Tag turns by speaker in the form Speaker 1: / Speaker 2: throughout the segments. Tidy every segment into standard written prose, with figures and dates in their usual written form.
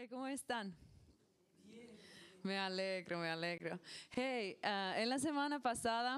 Speaker 1: Hey, ¿cómo están? Me alegro, me alegro. Hey, en la semana pasada,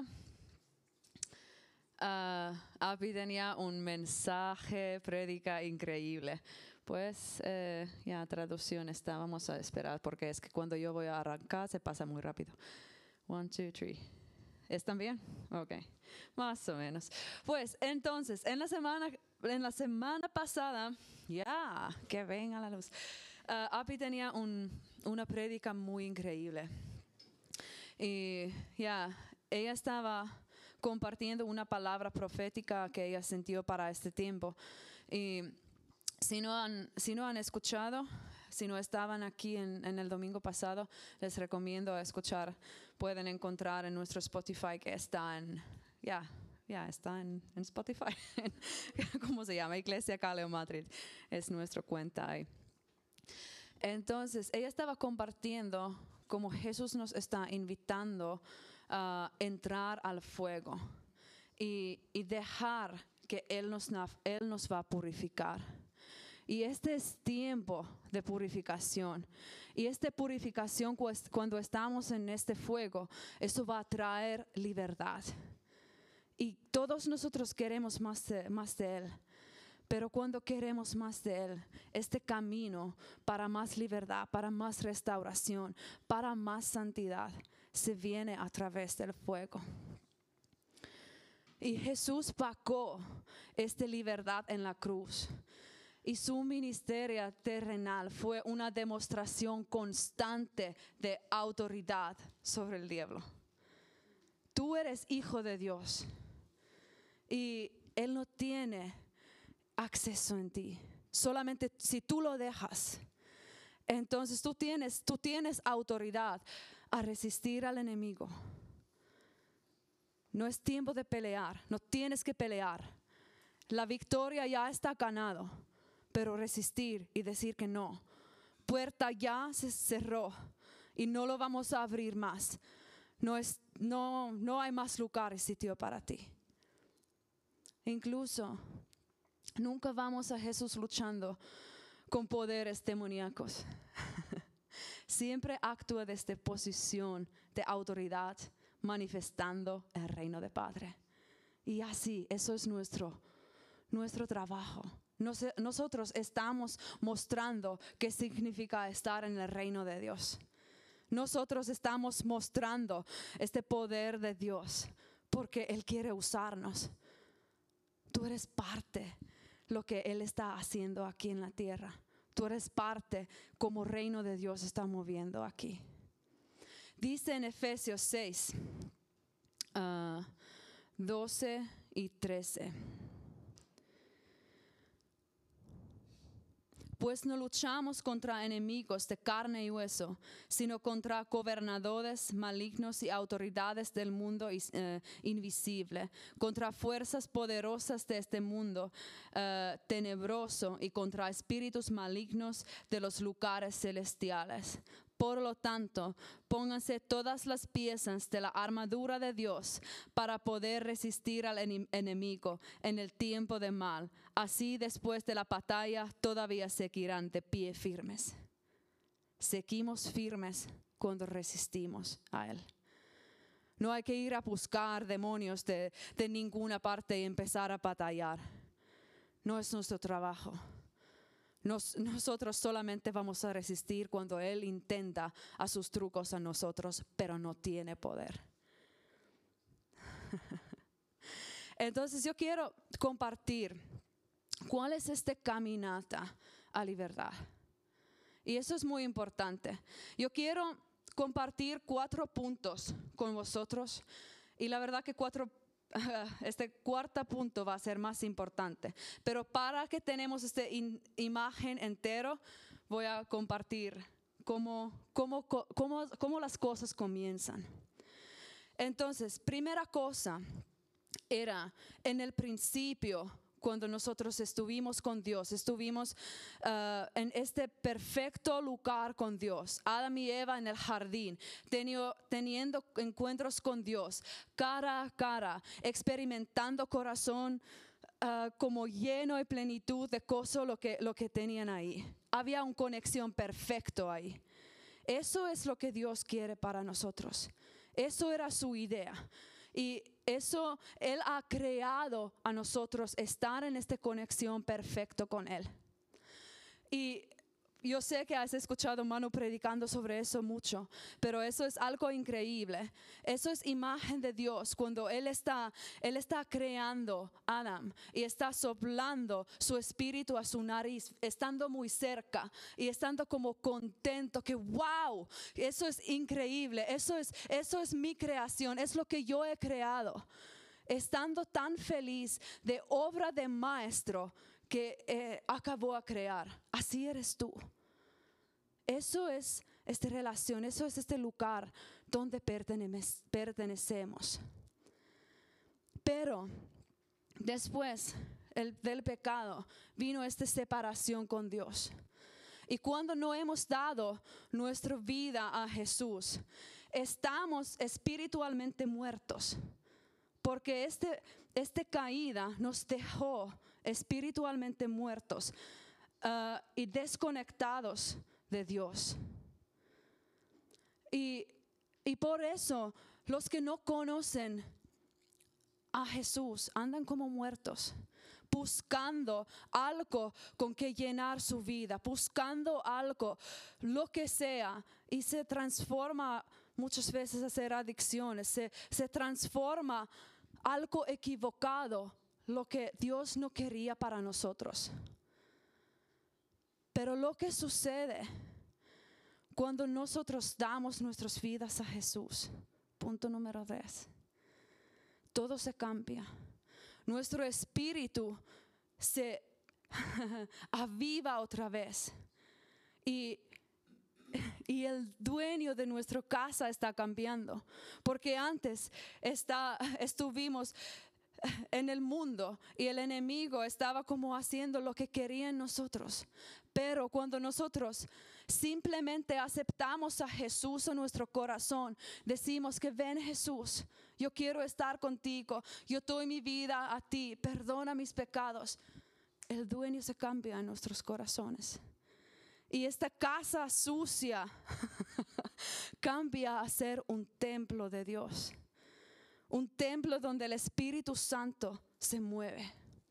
Speaker 1: Api tenía un mensaje, prédica increíble. Pues, ya, traducción está, vamos a esperar, porque es que cuando yo voy a arrancar se pasa muy rápido. 1, 2, 3. ¿Están bien? Ok, más o menos. Pues, entonces, en la semana pasada, ya, que venga la luz. Api tenía una prédica muy increíble. Y ya, ella estaba compartiendo una palabra profética que ella sintió para este tiempo. Y si no han escuchado, si no estaban aquí en el domingo pasado, les recomiendo escuchar. Pueden encontrar en nuestro Spotify que está está en Spotify. ¿Cómo se llama? Iglesia Caleo Madrid. Es nuestra cuenta ahí. Entonces, ella estaba compartiendo cómo Jesús nos está invitando a entrar al fuego y dejar que Él nos va a purificar. Y este es tiempo de purificación. Y esta purificación, cuando estamos en este fuego, eso va a traer libertad. Y todos nosotros queremos más de Él. Pero cuando queremos más de Él, este camino para más libertad, para más restauración, para más santidad, se viene a través del fuego. Y Jesús pagó esta libertad en la cruz. Y su ministerio terrenal fue una demostración constante de autoridad sobre el diablo. Tú eres hijo de Dios. Y Él no tiene acceso en ti. Solamente si tú lo dejas, entonces tú tienes autoridad a resistir al enemigo. No es tiempo de pelear, no tienes que pelear. La victoria ya está ganado, pero resistir y decir que no. Puerta ya se cerró y no lo vamos a abrir más. No hay más lugar y sitio para ti. Incluso nunca vamos a Jesús luchando con poderes demoníacos. Siempre actúa desde posición de autoridad, manifestando el reino de Padre. Y así, eso es nuestro trabajo. Nosotros estamos mostrando qué significa estar en el reino de Dios. Nosotros estamos mostrando este poder de Dios porque Él quiere usarnos. Tú eres parte de lo que Él está haciendo aquí en la tierra. Tú eres parte como reino de Dios está moviendo aquí. Dice en Efesios 6, 12 y 13. Pues no luchamos contra enemigos de carne y hueso, sino contra gobernadores malignos y autoridades del mundo invisible, contra fuerzas poderosas de este mundo tenebroso y contra espíritus malignos de los lugares celestiales. Por lo tanto, pónganse todas las piezas de la armadura de Dios para poder resistir al enemigo en el tiempo de mal. Así, después de la batalla, todavía seguirán de pie firmes. Seguimos firmes cuando resistimos a Él. No hay que ir a buscar demonios de ninguna parte y empezar a batallar. No es nuestro trabajo. Nosotros solamente vamos a resistir cuando Él intenta a sus trucos a nosotros, pero no tiene poder. Entonces yo quiero compartir cuál es esta caminata a libertad. Y eso es muy importante. Yo quiero compartir 4 puntos con vosotros. Y la verdad que este cuarto punto va a ser más importante. Pero para que tenemos esta imagen entero, voy a compartir cómo las cosas comienzan. Entonces, primera cosa era en el principio. Cuando nosotros estuvimos con Dios, estuvimos en este perfecto lugar con Dios. Adán y Eva en el jardín, teniendo encuentros con Dios, cara a cara, experimentando corazón como lleno de plenitud de gozo lo que tenían ahí. Había una conexión perfecta ahí. Eso es lo que Dios quiere para nosotros. Eso era su idea. Y eso Él ha creado a nosotros estar en esta conexión perfecta con Él. Y yo sé que has escuchado a Manu predicando sobre eso mucho, pero eso es algo increíble. Eso es imagen de Dios cuando Él está creando a Adam y está soplando su espíritu a su nariz, estando muy cerca y estando como contento que wow, eso es increíble, eso es mi creación, es lo que yo he creado. Estando tan feliz de obra de maestro que acabó a crear. Así eres tú. Eso es esta relación, eso es este lugar donde pertenecemos. Pero después del pecado vino esta separación con Dios. Y cuando no hemos dado nuestra vida a Jesús, estamos espiritualmente muertos. Porque esta caída nos dejó espiritualmente muertos y desconectados de Dios. Y por eso los que no conocen a Jesús andan como muertos, buscando algo con que llenar su vida, buscando algo, lo que sea, y se transforma muchas veces a ser adicciones, se transforma algo equivocado, lo que Dios no quería para nosotros. Pero lo que sucede cuando nosotros damos nuestras vidas a Jesús, punto número 3, todo se cambia. Nuestro espíritu se aviva otra vez. Y el dueño de nuestra casa está cambiando. Porque antes estuvimos en el mundo y el enemigo estaba como haciendo lo que quería en nosotros. Pero cuando nosotros simplemente aceptamos a Jesús en nuestro corazón, decimos que ven Jesús, yo quiero estar contigo, yo doy mi vida a ti, perdona mis pecados. El dueño se cambia en nuestros corazones. Y esta casa sucia cambia a ser un templo de Dios. Un templo donde el Espíritu Santo se mueve.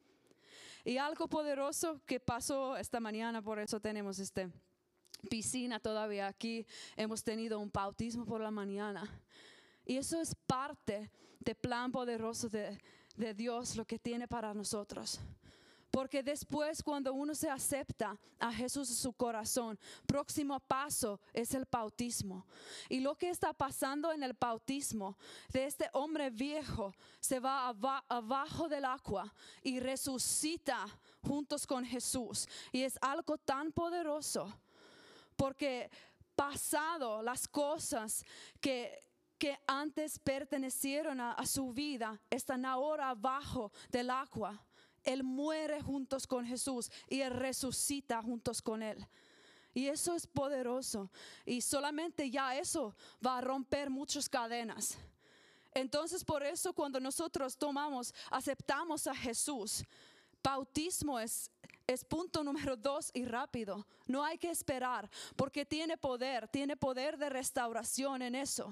Speaker 1: Y algo poderoso que pasó esta mañana, por eso tenemos esta piscina todavía aquí. Hemos tenido un bautismo por la mañana. Y eso es parte del plan poderoso de Dios, lo que tiene para nosotros. Porque después cuando uno se acepta a Jesús en su corazón, próximo paso es el bautismo. Y lo que está pasando en el bautismo de este hombre viejo se va abajo del agua y resucita juntos con Jesús. Y es algo tan poderoso porque pasado las cosas que antes pertenecieron a su vida están ahora abajo del agua. Él muere juntos con Jesús y Él resucita juntos con Él. Y eso es poderoso. Y solamente ya eso va a romper muchas cadenas. Entonces por eso cuando nosotros aceptamos a Jesús, bautismo es punto número 2 y rápido. No hay que esperar porque tiene poder de restauración en eso.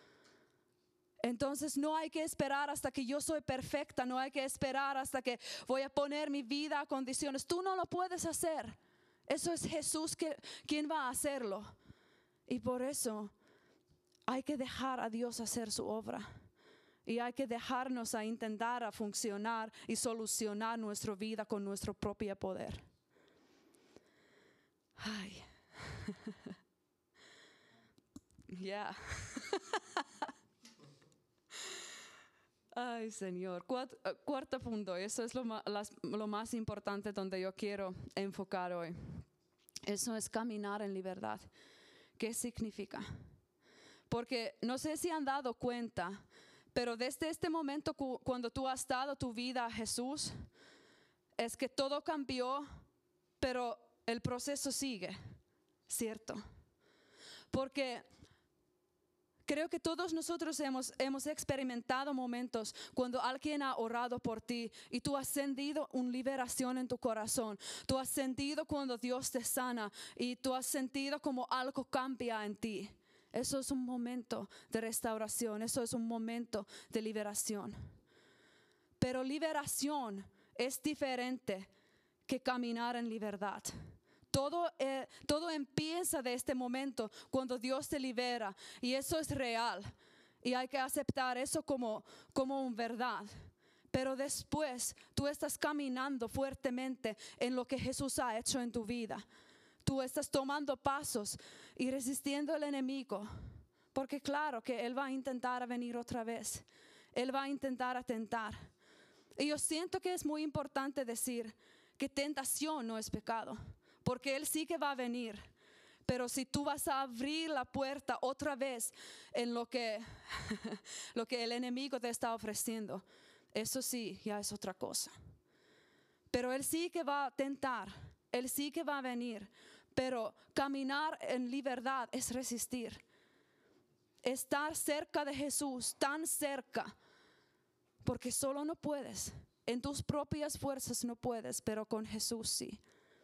Speaker 1: Entonces no hay que esperar hasta que yo soy perfecta, no hay que esperar hasta que voy a poner mi vida a condiciones. Tú no lo puedes hacer. Eso es Jesús quien va a hacerlo. Y por eso hay que dejar a Dios hacer su obra. Y hay que dejarnos a intentar a funcionar y solucionar nuestra vida con nuestro propio poder. Ay. Ya. Ay, Señor. Cuarto punto, eso es lo más importante donde yo quiero enfocar hoy. Eso es caminar en libertad. ¿Qué significa? Porque no sé si han dado cuenta, pero desde este momento cuando tú has dado tu vida a Jesús, es que todo cambió, pero el proceso sigue, ¿cierto? Porque Creo que todos nosotros hemos experimentado momentos cuando alguien ha orado por ti y tú has sentido una liberación en tu corazón. Tú has sentido cuando Dios te sana y tú has sentido como algo cambia en ti. Eso es un momento de restauración, eso es un momento de liberación. Pero liberación es diferente que caminar en libertad. Todo empieza de este momento cuando Dios te libera y eso es real y hay que aceptar eso como una verdad. Pero después tú estás caminando fuertemente en lo que Jesús ha hecho en tu vida. Tú estás tomando pasos y resistiendo al enemigo, porque claro que él va a intentar venir otra vez. Él va a intentar atentar. Y yo siento que es muy importante decir que tentación no es pecado. Porque Él sí que va a venir. Pero si tú vas a abrir la puerta otra vez en lo que el enemigo te está ofreciendo, eso sí, ya es otra cosa. Pero Él sí que va a tentar, Él sí que va a venir. Pero caminar en libertad es resistir. Estar cerca de Jesús, tan cerca, porque solo no puedes. En tus propias fuerzas no puedes, pero con Jesús sí.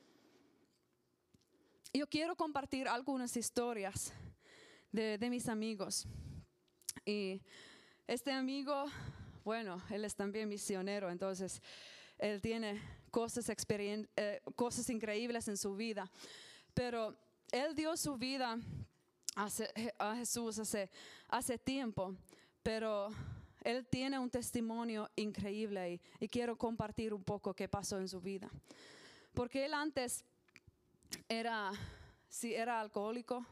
Speaker 1: Yo quiero compartir algunas historias de mis amigos. Y este amigo, bueno, él es también misionero, entonces él tiene cosas increíbles en su vida. Pero él dio su vida a Jesús hace tiempo, pero él tiene un testimonio increíble y quiero compartir un poco qué pasó en su vida. Porque él antes era alcohólico,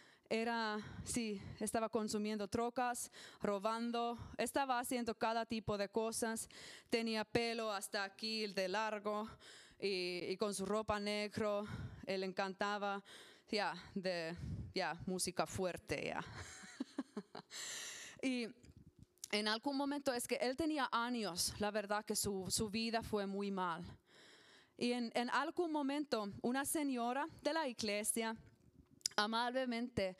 Speaker 1: estaba consumiendo drogas, robando, estaba haciendo cada tipo de cosas, tenía pelo hasta aquí de largo y con su ropa negro, él encantaba música fuerte. Y en algún momento es que él tenía años, la verdad que su vida fue muy mal. Y en algún momento una señora de la iglesia amablemente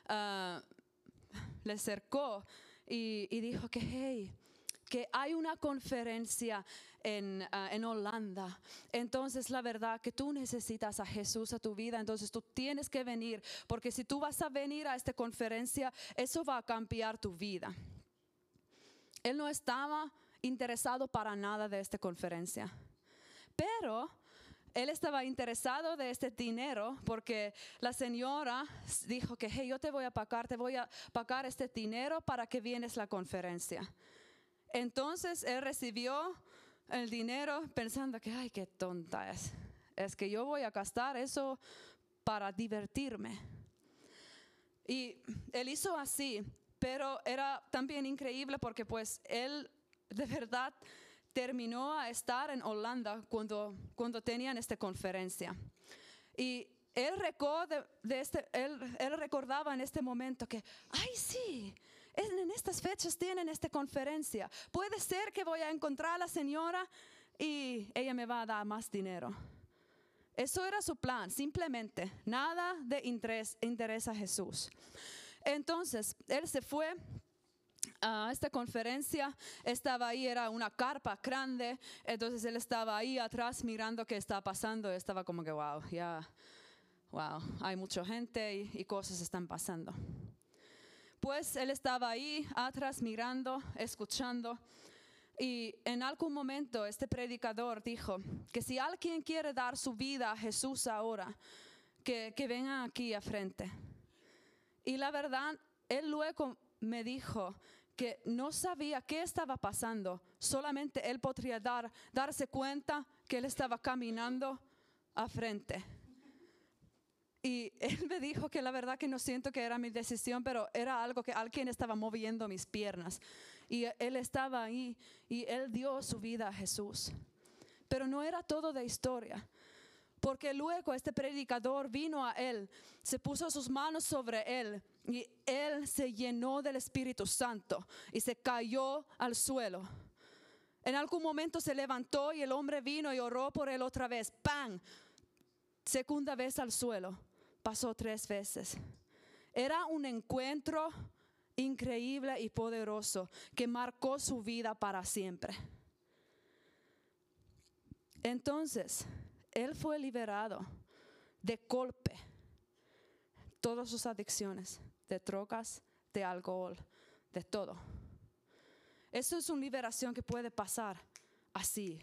Speaker 1: le acercó y dijo que hay una conferencia en Holanda. Entonces la verdad que tú necesitas a Jesús a tu vida, entonces tú tienes que venir, porque si tú vas a venir a esta conferencia, eso va a cambiar tu vida. Él no estaba interesado para nada de esta conferencia. Pero él estaba interesado de este dinero porque la señora dijo que yo te voy a pagar este dinero para que vienes a la conferencia. Entonces él recibió el dinero pensando que qué tonta es que yo voy a gastar eso para divertirme. Y él hizo así, pero era también increíble porque pues él de verdad terminó a estar en Holanda cuando tenían esta conferencia. Y él recordaba en este momento que, sí, en estas fechas tienen esta conferencia. Puede ser que voy a encontrar a la señora y ella me va a dar más dinero. Eso era su plan, simplemente, nada de interés a Jesús. Entonces, él se fue a esta conferencia, estaba ahí, era una carpa grande, entonces él estaba ahí atrás mirando qué estaba pasando, estaba como que wow, hay mucha gente y cosas están pasando. Pues él estaba ahí atrás mirando, escuchando, y en algún momento este predicador dijo que si alguien quiere dar su vida a Jesús ahora, que venga aquí a frente. Y la verdad, él luego me dijo que no sabía qué estaba pasando, solamente él podría darse cuenta que él estaba caminando a frente. Y él me dijo que la verdad que no siento que era mi decisión, pero era algo que alguien estaba moviendo mis piernas. Y él estaba ahí y él dio su vida a Jesús. Pero no era todo de historia. Porque luego este predicador vino a él, se puso sus manos sobre él y él se llenó del Espíritu Santo y se cayó al suelo. En algún momento se levantó y el hombre vino y oró por él otra vez. ¡Pam! Segunda vez al suelo. Pasó 3 veces. Era un encuentro increíble y poderoso que marcó su vida para siempre. Entonces, él fue liberado de golpe. Todas sus adicciones, de drogas, de alcohol, de todo. Eso es una liberación que puede pasar así.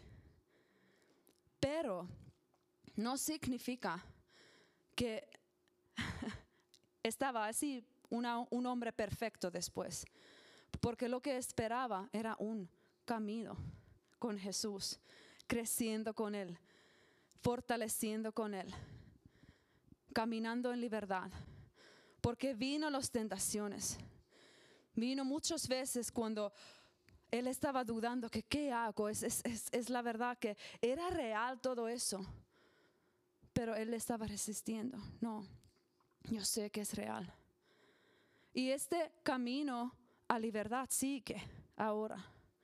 Speaker 1: Pero no significa que estaba así un hombre perfecto después. Porque lo que esperaba era un camino con Jesús, creciendo con Él, fortaleciendo con Él, caminando en libertad. Porque vino las tentaciones. Vino muchas veces cuando él estaba dudando que qué hago. Es la verdad que era real todo eso. Pero él estaba resistiendo. No, yo sé que es real. Y este camino a libertad sigue ahora.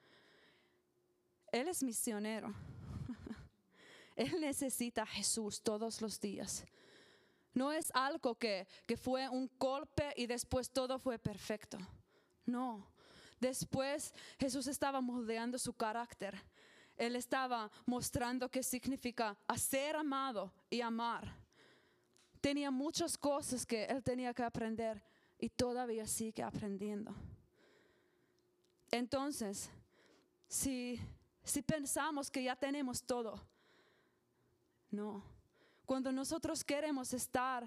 Speaker 1: Él es misionero. Él necesita a Jesús todos los días. No es algo que fue un golpe y después todo fue perfecto. No. Después Jesús estaba moldeando su carácter. Él estaba mostrando qué significa ser amado y amar. Tenía muchas cosas que él tenía que aprender y todavía sigue aprendiendo. Entonces, si pensamos que ya tenemos todo, no. Cuando nosotros queremos estar,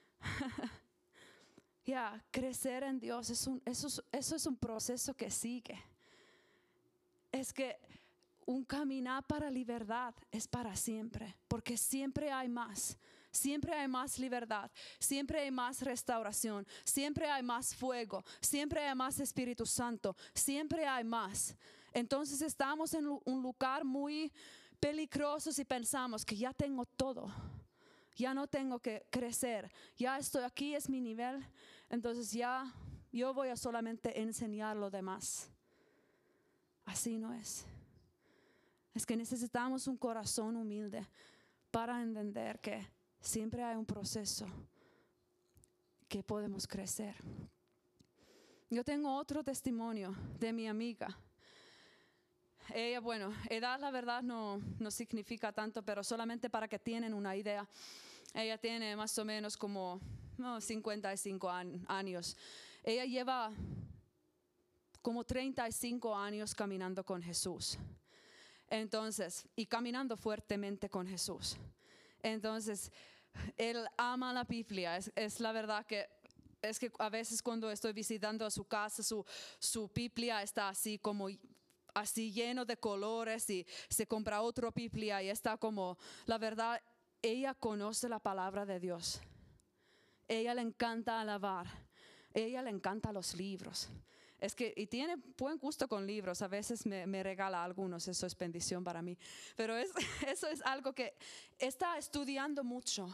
Speaker 1: crecer en Dios, eso es un proceso que sigue. Es que un caminar para libertad es para siempre, porque siempre hay más. Siempre hay más libertad, siempre hay más restauración, siempre hay más fuego, siempre hay más Espíritu Santo, siempre hay más. Entonces estamos en un lugar muy peligroso si pensamos que ya tengo todo. Ya no tengo que crecer, ya estoy aquí, es mi nivel, entonces ya yo voy a solamente enseñar lo demás. Así no es. Es que necesitamos un corazón humilde para entender que siempre hay un proceso que podemos crecer. Yo tengo otro testimonio de mi amiga. Ella, edad la verdad no significa tanto, pero solamente para que tienen una idea. Ella tiene más o menos como 55 años. Ella lleva como 35 años caminando con Jesús. Entonces, y caminando fuertemente con Jesús. Entonces, él ama la Biblia. Es la verdad que es que a veces cuando estoy visitando a su casa, su Biblia está así como así lleno de colores y se compra otra Biblia y está como, la verdad, ella conoce la palabra de Dios. Ella le encanta alabar. Ella le encanta los libros. Y tiene buen gusto con libros. A veces me regala algunos. Eso es bendición para mí. Pero eso es algo que está estudiando mucho.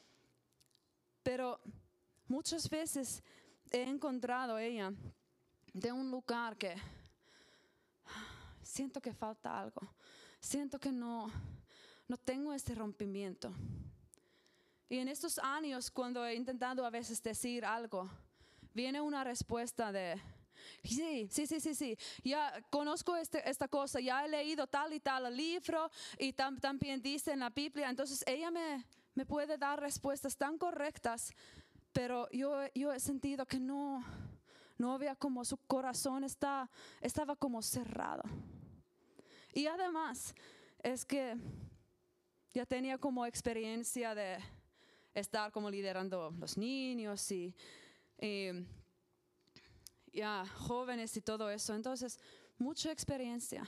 Speaker 1: Pero muchas veces he encontrado ella de un lugar que siento que falta algo. Siento que no tengo este rompimiento. Y en estos años, cuando he intentado a veces decir algo, viene una respuesta de, sí, ya conozco esta cosa, ya he leído tal y tal libro y también dice en la Biblia. Entonces ella me puede dar respuestas tan correctas, pero yo he sentido que no había como su corazón estaba como cerrado. Y además es que ya tenía como experiencia de estar como liderando los niños y jóvenes y todo eso. Entonces, mucha experiencia,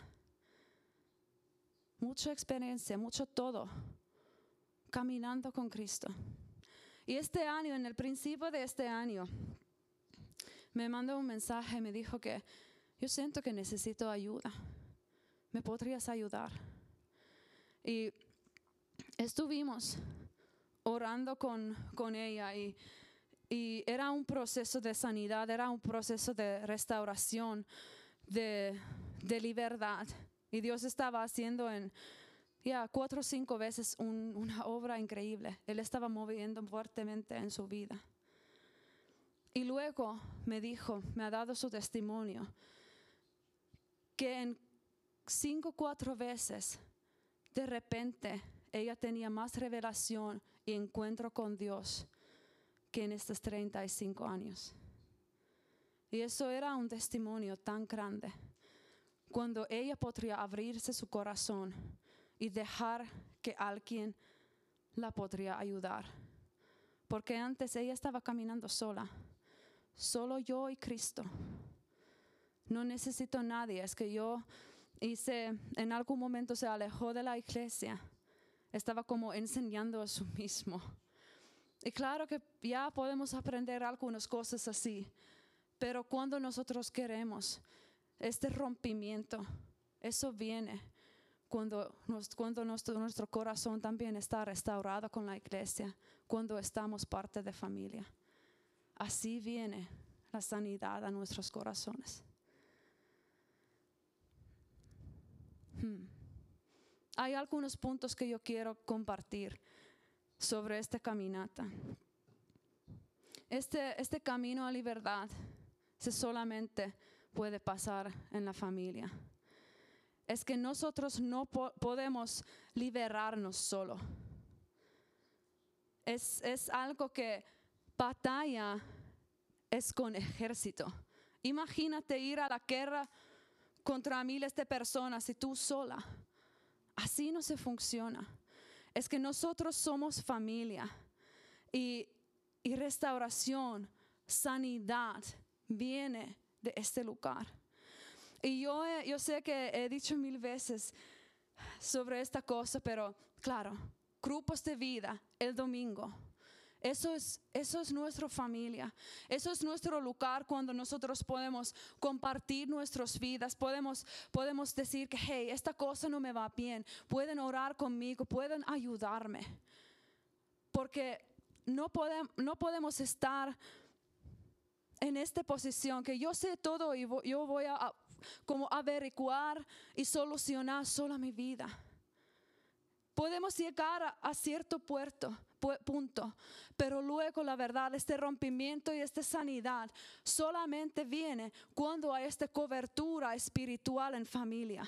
Speaker 1: mucho todo, caminando con Cristo. Y este año, en el principio de este año, me mandó un mensaje, me dijo que yo siento que necesito ayuda. ¿Me podrías ayudar? Y estuvimos orando con ella y era un proceso de sanidad, era un proceso de restauración, de libertad. Y Dios estaba haciendo 4 o 5 veces una obra increíble. Él estaba moviendo fuertemente en su vida.
Speaker 2: Y luego me ha dado su testimonio, que en 5 o 4 veces, de repente, ella tenía más revelación y encuentro con Dios que en estos 35 años. Y eso era un testimonio tan grande. Cuando ella podría abrirse su corazón y dejar que alguien la podría ayudar. Porque antes ella estaba caminando sola. Solo yo y Cristo. No necesito a nadie. Es que yo en algún momento se alejó de la iglesia. Estaba como enseñando a sí mismo. Y claro que ya podemos aprender algunas cosas así. Pero cuando nosotros queremos este rompimiento, eso viene cuando nuestro corazón también está restaurado con la iglesia, cuando estamos parte de familia. Así viene la sanidad a nuestros corazones. Hay algunos puntos que yo quiero compartir sobre esta caminata. Este camino a libertad solamente puede pasar en la familia. Es que nosotros no podemos liberarnos solo. Es algo que batalla es con ejército. Imagínate ir a la guerra contra miles de personas y tú sola. Así no se funciona. Es que nosotros somos familia y restauración, sanidad viene de este lugar. Y yo sé que he dicho 1000 veces sobre esta cosa, pero claro, grupos de vida el domingo. Eso es nuestra familia. Eso es nuestro lugar cuando nosotros podemos compartir nuestras vidas. Podemos decir que, hey, esta cosa no me va bien. Pueden orar conmigo, pueden ayudarme. Porque no podemos estar en esta posición que yo sé todo y yo voy a como averiguar y solucionar sola mi vida. Podemos llegar a cierto punto, pero luego la verdad, este rompimiento y esta sanidad solamente viene cuando hay esta cobertura espiritual en familia.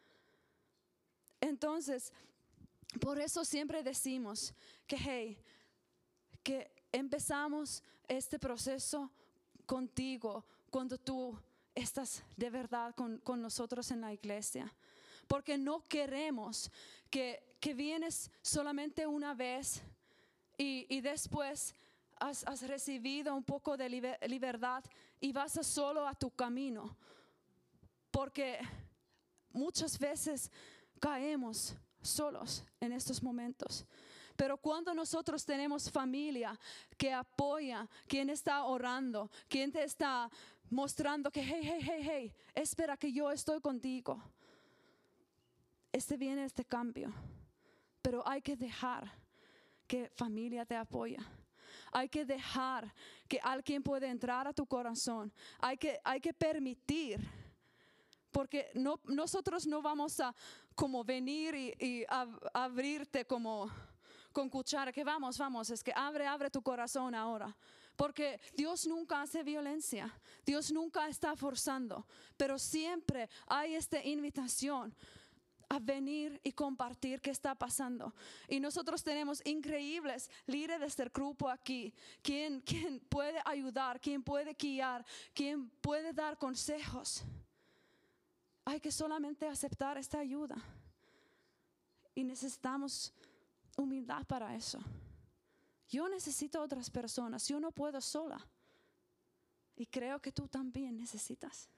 Speaker 2: Entonces, por eso siempre decimos que empezamos este proceso contigo cuando tú estás de verdad con nosotros en la iglesia. Porque no queremos que vienes solamente una vez y después has recibido un poco de libertad y vas solo a tu camino. Porque muchas veces caemos solos en estos momentos. Pero cuando nosotros tenemos familia que apoya, quien está orando, quien te está mostrando que hey, espera que yo estoy contigo. Viene este cambio. Pero hay que dejar que familia te apoya. Hay que dejar que alguien pueda entrar a tu corazón. Hay que permitir. Porque nosotros no vamos a como venir y abrirte como con cuchara, que vamos, es que abre tu corazón ahora. Porque Dios nunca hace violencia, Dios nunca está forzando, pero siempre hay esta invitación a venir y compartir qué está pasando. Y nosotros tenemos increíbles líderes del grupo aquí, quien puede ayudar, quien puede guiar, quien puede dar consejos. Hay que solamente aceptar esta ayuda. Y necesitamos humildad para eso. Yo necesito otras personas, yo no puedo sola. Y creo que tú también necesitas.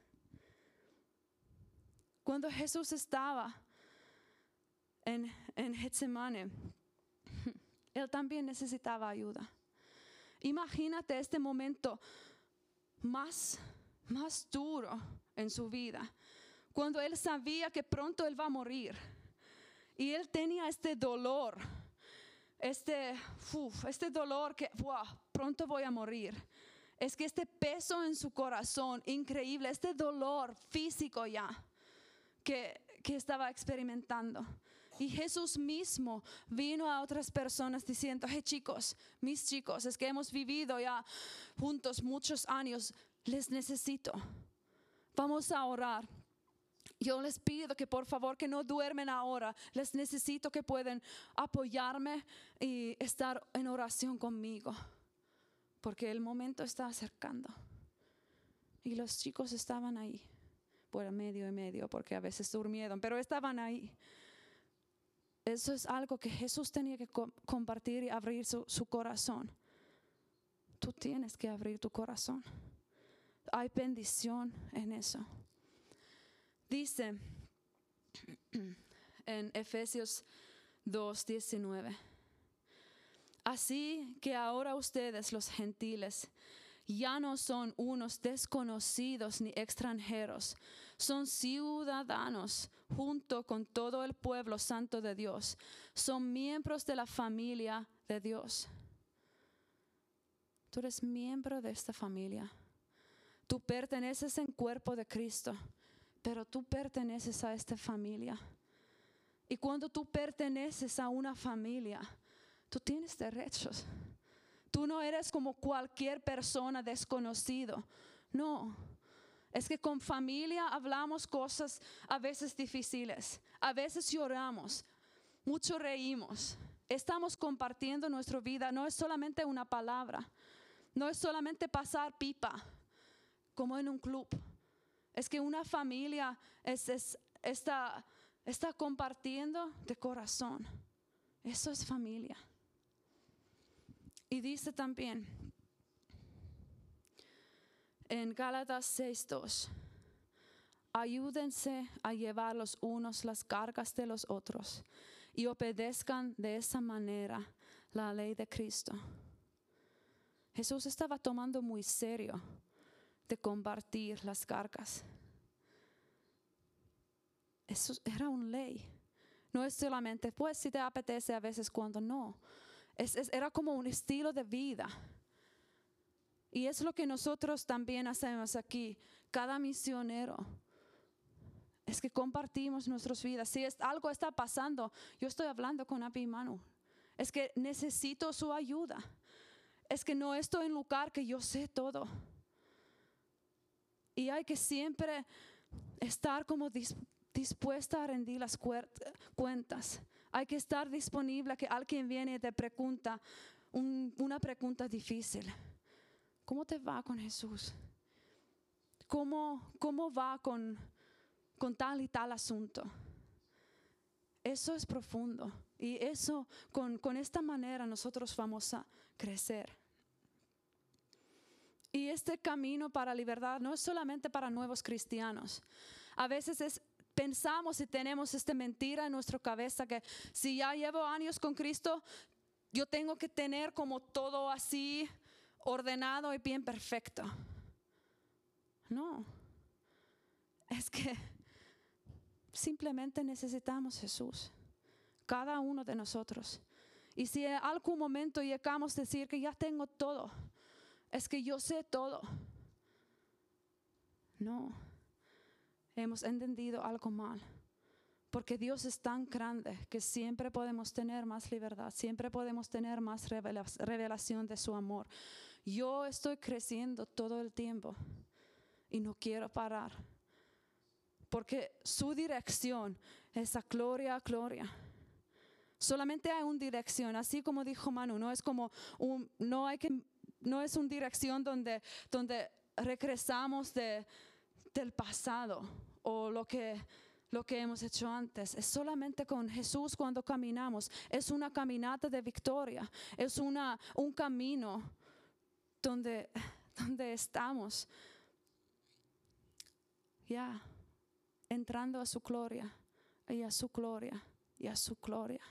Speaker 2: Cuando Jesús estaba en Getsemaní, Él también necesitaba ayuda. Imagínate este momento más duro en su vida. Cuando Él sabía que pronto Él va a morir. Y Él tenía este dolor. Este dolor que pronto voy a morir. Es que este peso en su corazón increíble, este dolor físico ya que estaba experimentando. Y Jesús mismo vino a otras personas diciendo, hey chicos, mis chicos, es que hemos vivido ya juntos muchos años, les necesito. Vamos a orar. Yo les pido que por favor que no duermen ahora. Les necesito que puedan apoyarme y estar en oración conmigo. Porque el momento está acercando. Y los chicos estaban ahí. Por medio y medio, porque a veces durmieron, pero estaban ahí. Eso es algo que Jesús tenía que compartir y abrir su corazón. Tú tienes que abrir tu corazón. Hay bendición en eso. Dice en Efesios 2:19. Así que ahora ustedes, los gentiles, ya no son unos desconocidos ni extranjeros, son ciudadanos junto con todo el pueblo santo de Dios, son miembros de la familia de Dios. Tú eres miembro de esta familia. Tú perteneces en cuerpo de Cristo, pero tú perteneces a esta familia. Y cuando tú perteneces a una familia, tú tienes derechos. Tú no eres como cualquier persona desconocido. No, es que con familia hablamos cosas a veces difíciles. A veces lloramos, mucho reímos. Estamos compartiendo nuestra vida. No es solamente una palabra. No es solamente pasar pipa como en un club. Es que una familia está compartiendo de corazón. Eso es familia. Y dice también en Gálatas 6:2, ayúdense a llevar los unos las cargas de los otros y obedezcan de esa manera la ley de Cristo. Jesús estaba tomando muy serio de compartir las cargas. Eso era una ley. No es solamente, pues si te apetece a veces cuando no. Era como un estilo de vida. Y es lo que nosotros también hacemos aquí. Cada misionero. Es que compartimos nuestras vidas. Si algo está pasando, yo estoy hablando con Abi y Manu. Es que necesito su ayuda. Es que no estoy en un lugar que yo sé todo. Y hay que siempre estar como dispuesta a rendir las cuentas. Hay que estar disponible a que alguien viene y te pregunta una pregunta difícil. ¿Cómo te va con Jesús? ¿Cómo va con tal y tal asunto? Eso es profundo. Y eso, con esta manera nosotros vamos a crecer. Y este camino para la libertad no es solamente para nuevos cristianos. A veces pensamos y tenemos esta mentira en nuestra cabeza que si ya llevo años con Cristo, yo tengo que tener como todo así ordenado y bien perfecto. No, es que simplemente necesitamos Jesús, cada uno de nosotros. Y si en algún momento llegamos a decir que ya tengo todo, es que yo sé todo. No. Hemos entendido algo mal, porque Dios es tan grande que siempre podemos tener más libertad, siempre podemos tener más revelación de su amor. Yo estoy creciendo todo el tiempo y no quiero parar, porque su dirección es a gloria a gloria. Solamente hay una dirección, así como dijo Manu, no es como no es una dirección donde regresamos del pasado o lo que hemos hecho antes. Es solamente con Jesús cuando caminamos. Es una caminata de victoria. Es un camino donde estamos ya entrando a su gloria y a su gloria y a su gloria.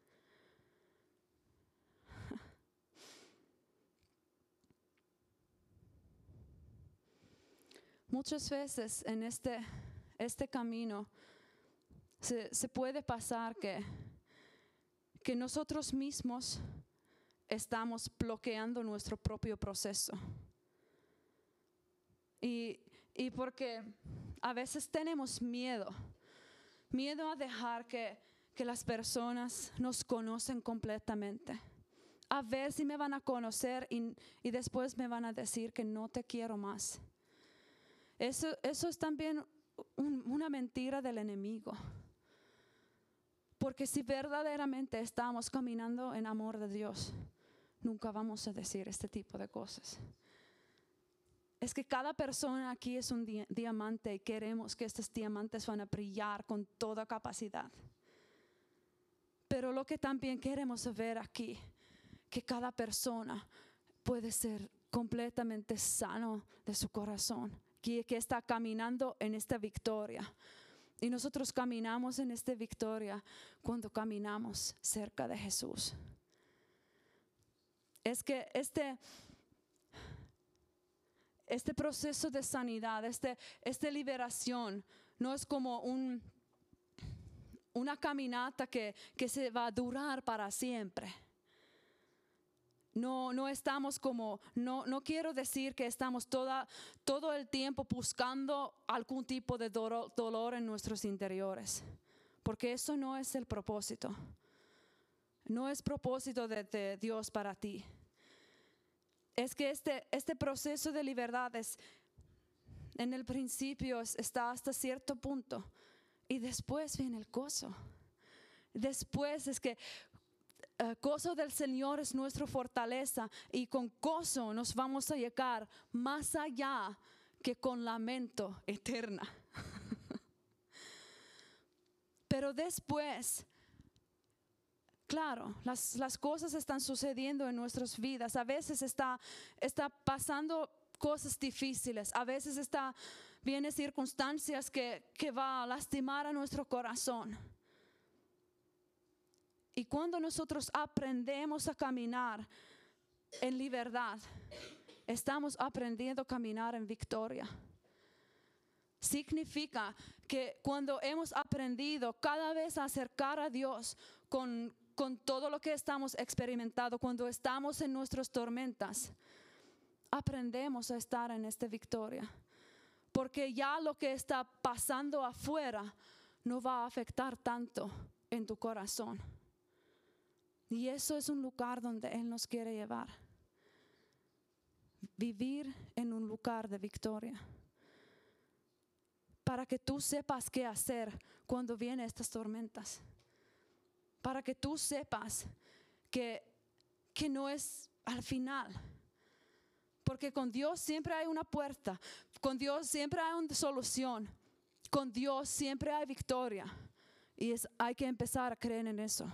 Speaker 2: Muchas veces en este camino se puede pasar que nosotros mismos estamos bloqueando nuestro propio proceso. Y porque a veces tenemos miedo a dejar que que las personas nos conocen completamente. A ver si me van a conocer y después me van a decir que no te quiero más. Eso es también una mentira del enemigo. Porque si verdaderamente estamos caminando en amor de Dios, nunca vamos a decir este tipo de cosas. Es que cada persona aquí es un diamante y queremos que estos diamantes van a brillar con toda capacidad. Pero lo que también queremos ver aquí, que cada persona puede ser completamente sano de su corazón, que está caminando en esta victoria. Y nosotros caminamos en esta victoria cuando caminamos cerca de Jesús. Es que este proceso de sanidad, esta liberación, no es como una caminata que se va a durar para siempre. No estamos como, no quiero decir que estamos todo el tiempo buscando algún tipo de dolor en nuestros interiores, porque eso no es el propósito. No es propósito de Dios para ti. Es que este proceso de libertad en el principio está hasta cierto punto y después viene el gozo. Después es que gozo del Señor es nuestra fortaleza y con gozo nos vamos a llegar más allá que con lamento eterna. Pero después, claro, las cosas están sucediendo en nuestras vidas. A veces está pasando cosas difíciles. A veces vienen circunstancias que va a lastimar a nuestro corazón. Y cuando nosotros aprendemos a caminar en libertad, estamos aprendiendo a caminar en victoria. Significa que cuando hemos aprendido cada vez a acercar a Dios con todo lo que estamos experimentando, cuando estamos en nuestras tormentas, aprendemos a estar en esta victoria. Porque ya lo que está pasando afuera no va a afectar tanto en tu corazón. Y eso es un lugar donde Él nos quiere llevar. Vivir en un lugar de victoria. Para que tú sepas qué hacer cuando vienen estas tormentas. Para que tú sepas que no es al final. Porque con Dios siempre hay una puerta. Con Dios siempre hay una solución. Con Dios siempre hay victoria. Y hay que empezar a creer en eso.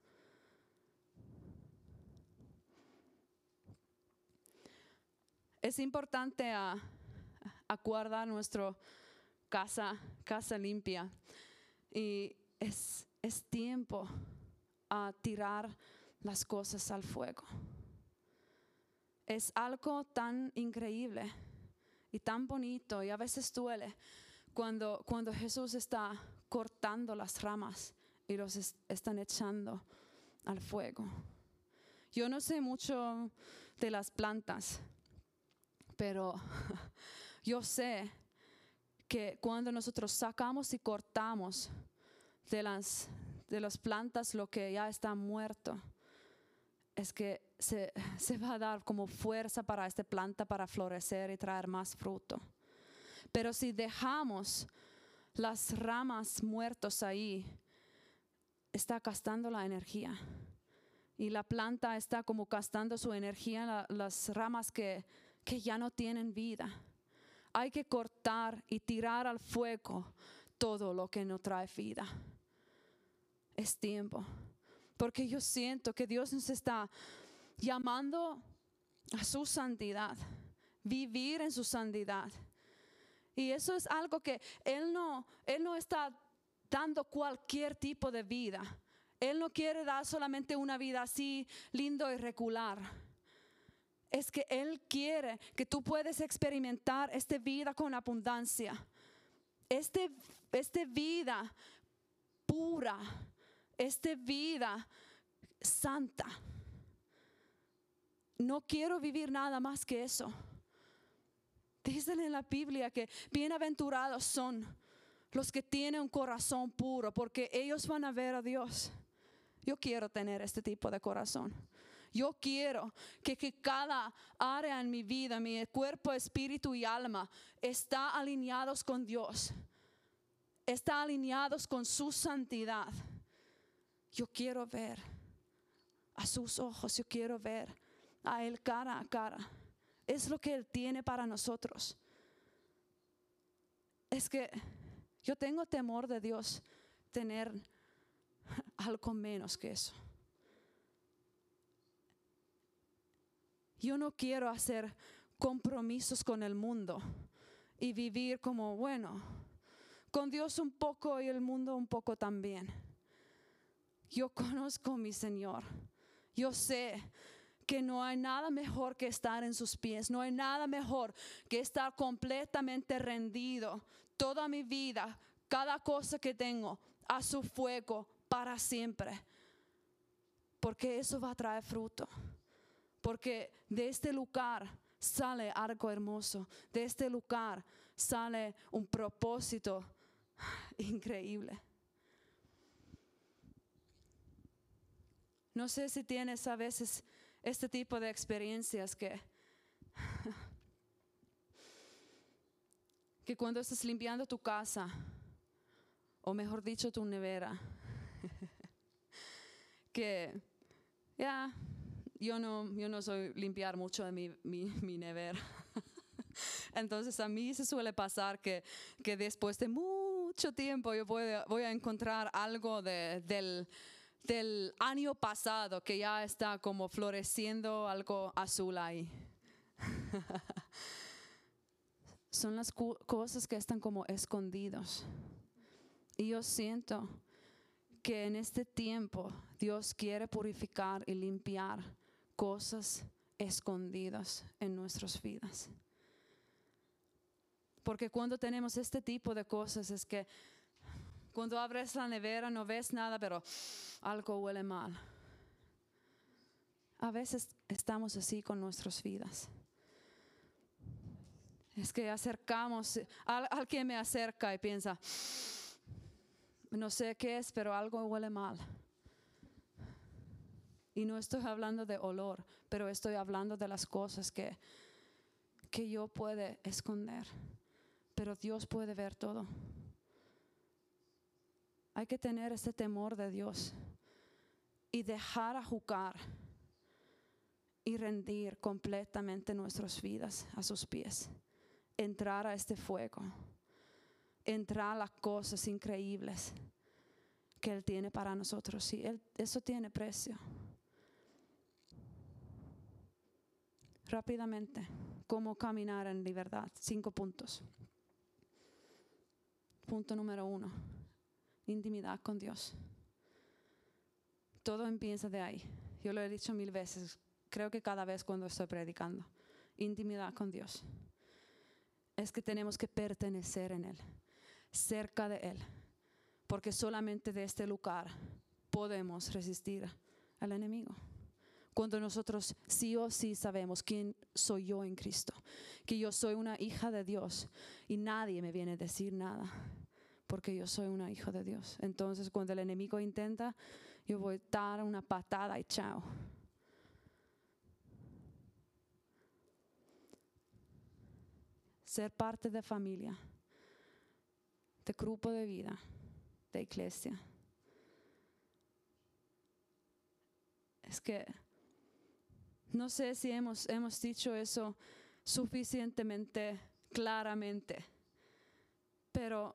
Speaker 2: Es importante a guardar nuestra casa limpia. Y es tiempo a tirar las cosas al fuego. Es algo tan increíble y tan bonito y a veces duele cuando Jesús está cortando las ramas y los están echando al fuego. Yo no sé mucho de las plantas, pero yo sé que cuando nosotros sacamos y cortamos de las plantas lo que ya está muerto, es que se va a dar como fuerza para esta planta para florecer y traer más fruto. Pero si dejamos las ramas muertas ahí, está gastando la energía. Y la planta está como gastando su energía en las ramas que ya no tienen vida. Hay que cortar y tirar al fuego todo lo que no trae vida. Es tiempo. Porque yo siento que Dios nos está llamando a su santidad. Vivir en su santidad. Y eso es algo que Él no está dando cualquier tipo de vida. Él no quiere dar solamente una vida así lindo y regular. Es que Él quiere que tú puedas experimentar esta vida con abundancia. Esta vida pura. Esta vida santa. No quiero vivir nada más que eso. Dicen en la Biblia que bienaventurados son los que tienen un corazón puro, porque ellos van a ver a Dios. Yo quiero tener este tipo de corazón. Yo quiero que cada área en mi vida, mi cuerpo, espíritu y alma, está alineados con Dios. Está alineados con su santidad. Yo quiero ver a sus ojos. Yo quiero ver a Él cara a cara. Es lo que Él tiene para nosotros. Es que yo tengo temor de Dios tener algo menos que eso. Yo no quiero hacer compromisos con el mundo y vivir como, bueno, con Dios un poco y el mundo un poco también. Yo conozco a mi Señor. Yo sé que no hay nada mejor que estar en sus pies. No hay nada mejor que estar completamente rendido toda mi vida, cada cosa que tengo, a su fuego para siempre. Porque eso va a traer fruto. Porque de este lugar sale algo hermoso. De este lugar sale un propósito increíble. No sé si tienes a veces este tipo de experiencias que cuando estás limpiando tu casa, o mejor dicho tu nevera, que ya yo no soy limpiar mucho de mi nevera. Entonces a mí se suele pasar que después de mucho tiempo yo voy a encontrar algo del año pasado que ya está como floreciendo, algo azul ahí. Son las cosas que están como escondidos. Y yo siento que en este tiempo Dios quiere purificar y limpiar cosas escondidas en nuestras vidas. Porque cuando tenemos este tipo de cosas es que cuando abres la nevera no ves nada, pero algo huele mal. A veces estamos así con nuestras vidas. Es que acercamos, alguien me acerca y piensa, no sé qué es, pero algo huele mal. Y no estoy hablando de olor, pero estoy hablando de las cosas que yo puedo esconder. Pero Dios puede ver todo. Hay que tener ese temor de Dios y dejar a jugar y rendir completamente nuestras vidas a sus pies. Entrar a este fuego, entrar a las cosas increíbles que Él tiene para nosotros. Y eso tiene precio. Rápidamente, cómo caminar en libertad. 5 puntos. Punto número 1, intimidad con Dios. Todo empieza de ahí. Yo lo he dicho 1000 veces, creo que cada vez cuando estoy predicando. Intimidad con Dios. Es que tenemos que pertenecer en Él, cerca de Él, porque solamente de este lugar podemos resistir al enemigo. Cuando nosotros sí o sí sabemos quién soy yo en Cristo, que yo soy una hija de Dios y nadie me viene a decir nada, porque yo soy una hija de Dios. Entonces cuando el enemigo intenta, yo voy a dar una patada y chao. Ser parte de familia, de grupo de vida, de iglesia. Es que no sé si hemos dicho eso suficientemente claramente, pero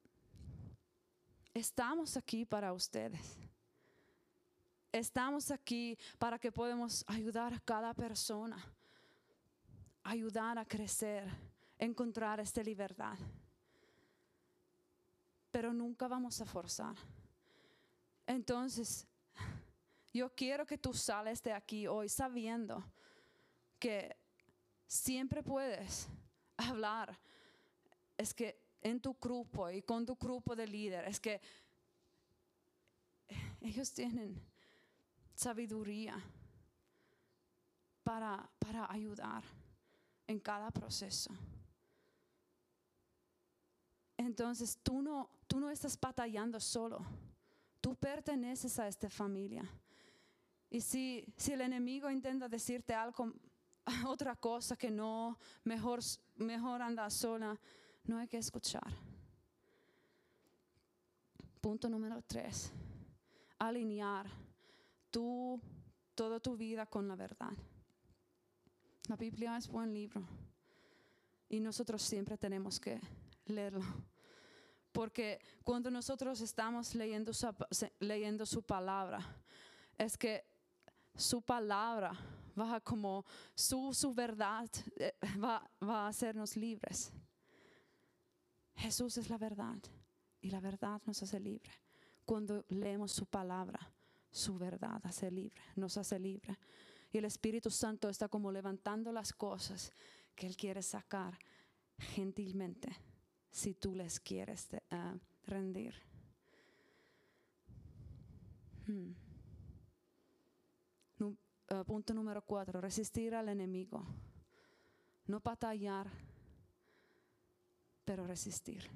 Speaker 2: estamos aquí para ustedes. Estamos aquí para que podamos ayudar a cada persona, ayudar a crecer, encontrar esta libertad. Pero nunca vamos a forzar. Entonces, yo quiero que tú sales de aquí hoy sabiendo que siempre puedes hablar. Es que en tu grupo y con tu grupo de líderes, es que ellos tienen sabiduría para ayudar en cada proceso. entonces tú no estás batallando solo. Tú perteneces a esta familia. Y si el enemigo intenta decirte algo, otra cosa que no, mejor andar sola, no hay que escuchar. Punto número 3. Alinear toda tu vida con la verdad. La Biblia es buen libro y nosotros siempre tenemos que leerlo. Porque cuando nosotros estamos leyendo su palabra, es que su palabra va como su verdad va a hacernos libres. Jesús es la verdad y la verdad nos hace libre. Cuando leemos su palabra, su verdad nos hace libre. Y el Espíritu Santo está como levantando las cosas que Él quiere sacar gentilmente, si tú les quieres rendir. Punto número 4, resistir al enemigo. No batallar, pero resistir.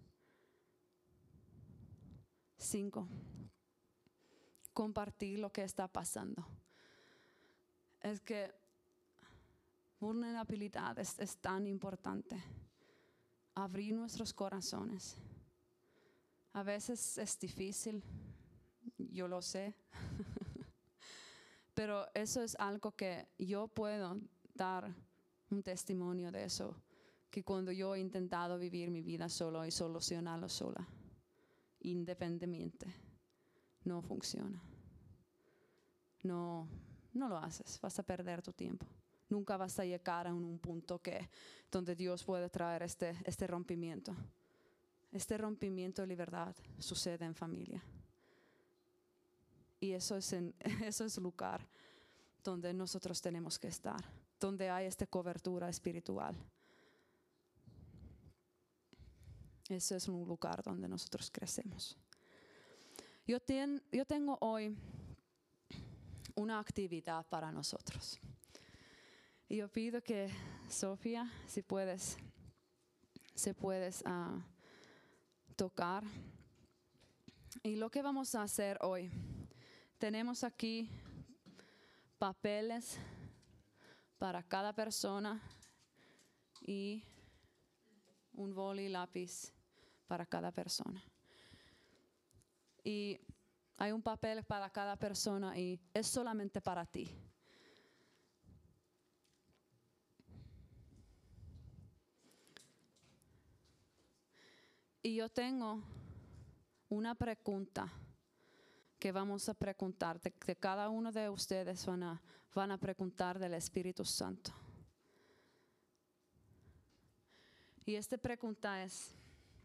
Speaker 2: 5, compartir lo que está pasando. Es que vulnerabilidad es tan importante. Abrir nuestros corazones. A veces es difícil, yo lo sé. Pero eso es algo que yo puedo dar un testimonio de eso. Que cuando yo he intentado vivir mi vida solo y solucionarlo sola, independientemente, no funciona. No lo haces, vas a perder tu tiempo. Nunca vas a llegar a un punto donde Dios puede traer este rompimiento. Este rompimiento de libertad sucede en familia. Y eso es el lugar donde nosotros tenemos que estar, donde hay esta cobertura espiritual. Ese es un lugar donde nosotros crecemos. Yo tengo hoy una actividad para nosotros. Y yo pido que Sofía, si puedes tocar. Y lo que vamos a hacer hoy, tenemos aquí papeles para cada persona y un boli y lápiz para cada persona. Y hay un papel para cada persona y es solamente para ti. Y yo tengo una pregunta que vamos a preguntar, que cada uno de ustedes van a preguntar del Espíritu Santo. Y esta pregunta es,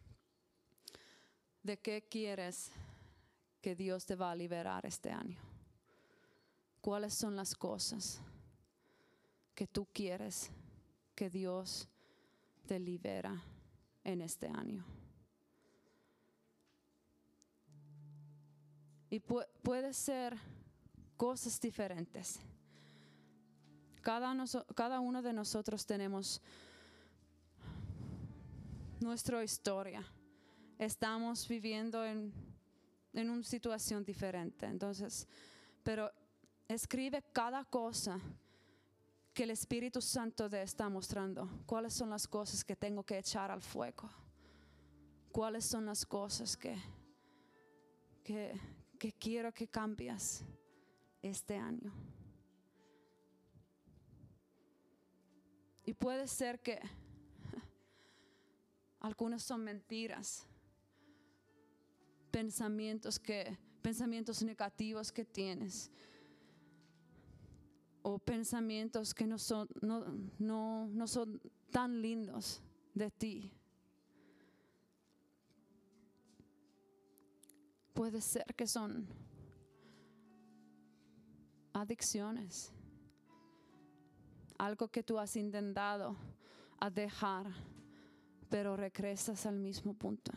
Speaker 2: ¿de qué quieres que Dios te va a liberar este año? ¿Cuáles son las cosas que tú quieres que Dios te libera en este año? Y puede ser cosas diferentes. Cada uno de nosotros tenemos nuestra historia. Estamos viviendo en una situación diferente. Entonces, pero escribe cada cosa que el Espíritu Santo te está mostrando. ¿Cuáles son las cosas que tengo que echar al fuego? ¿Cuáles son las cosas que quiero que cambies este año? Y puede ser que algunas son mentiras, pensamientos negativos que tienes, o pensamientos que no son tan lindos de ti. Puede ser que son adicciones, algo que tú has intentado a dejar, pero regresas al mismo punto.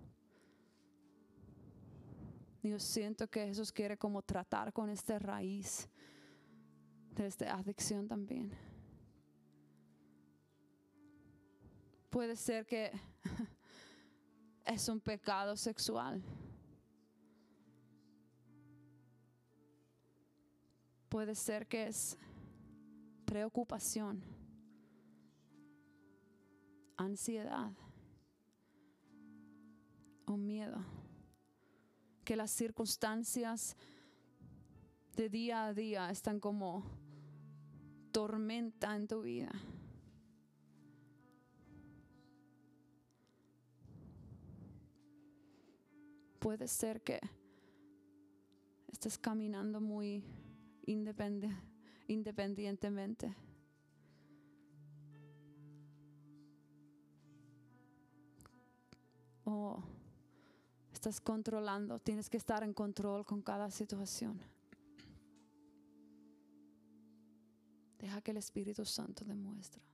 Speaker 2: Yo siento que Jesús quiere como tratar con esta raíz de esta adicción también. Puede ser que es un pecado sexual. Puede ser que es preocupación, ansiedad o miedo. Que las circunstancias de día a día están como tormenta en tu vida. Puede ser que estés caminando muy independientemente. O estás controlando, tienes que estar en control con cada situación. Deja que el Espíritu Santo demuestre.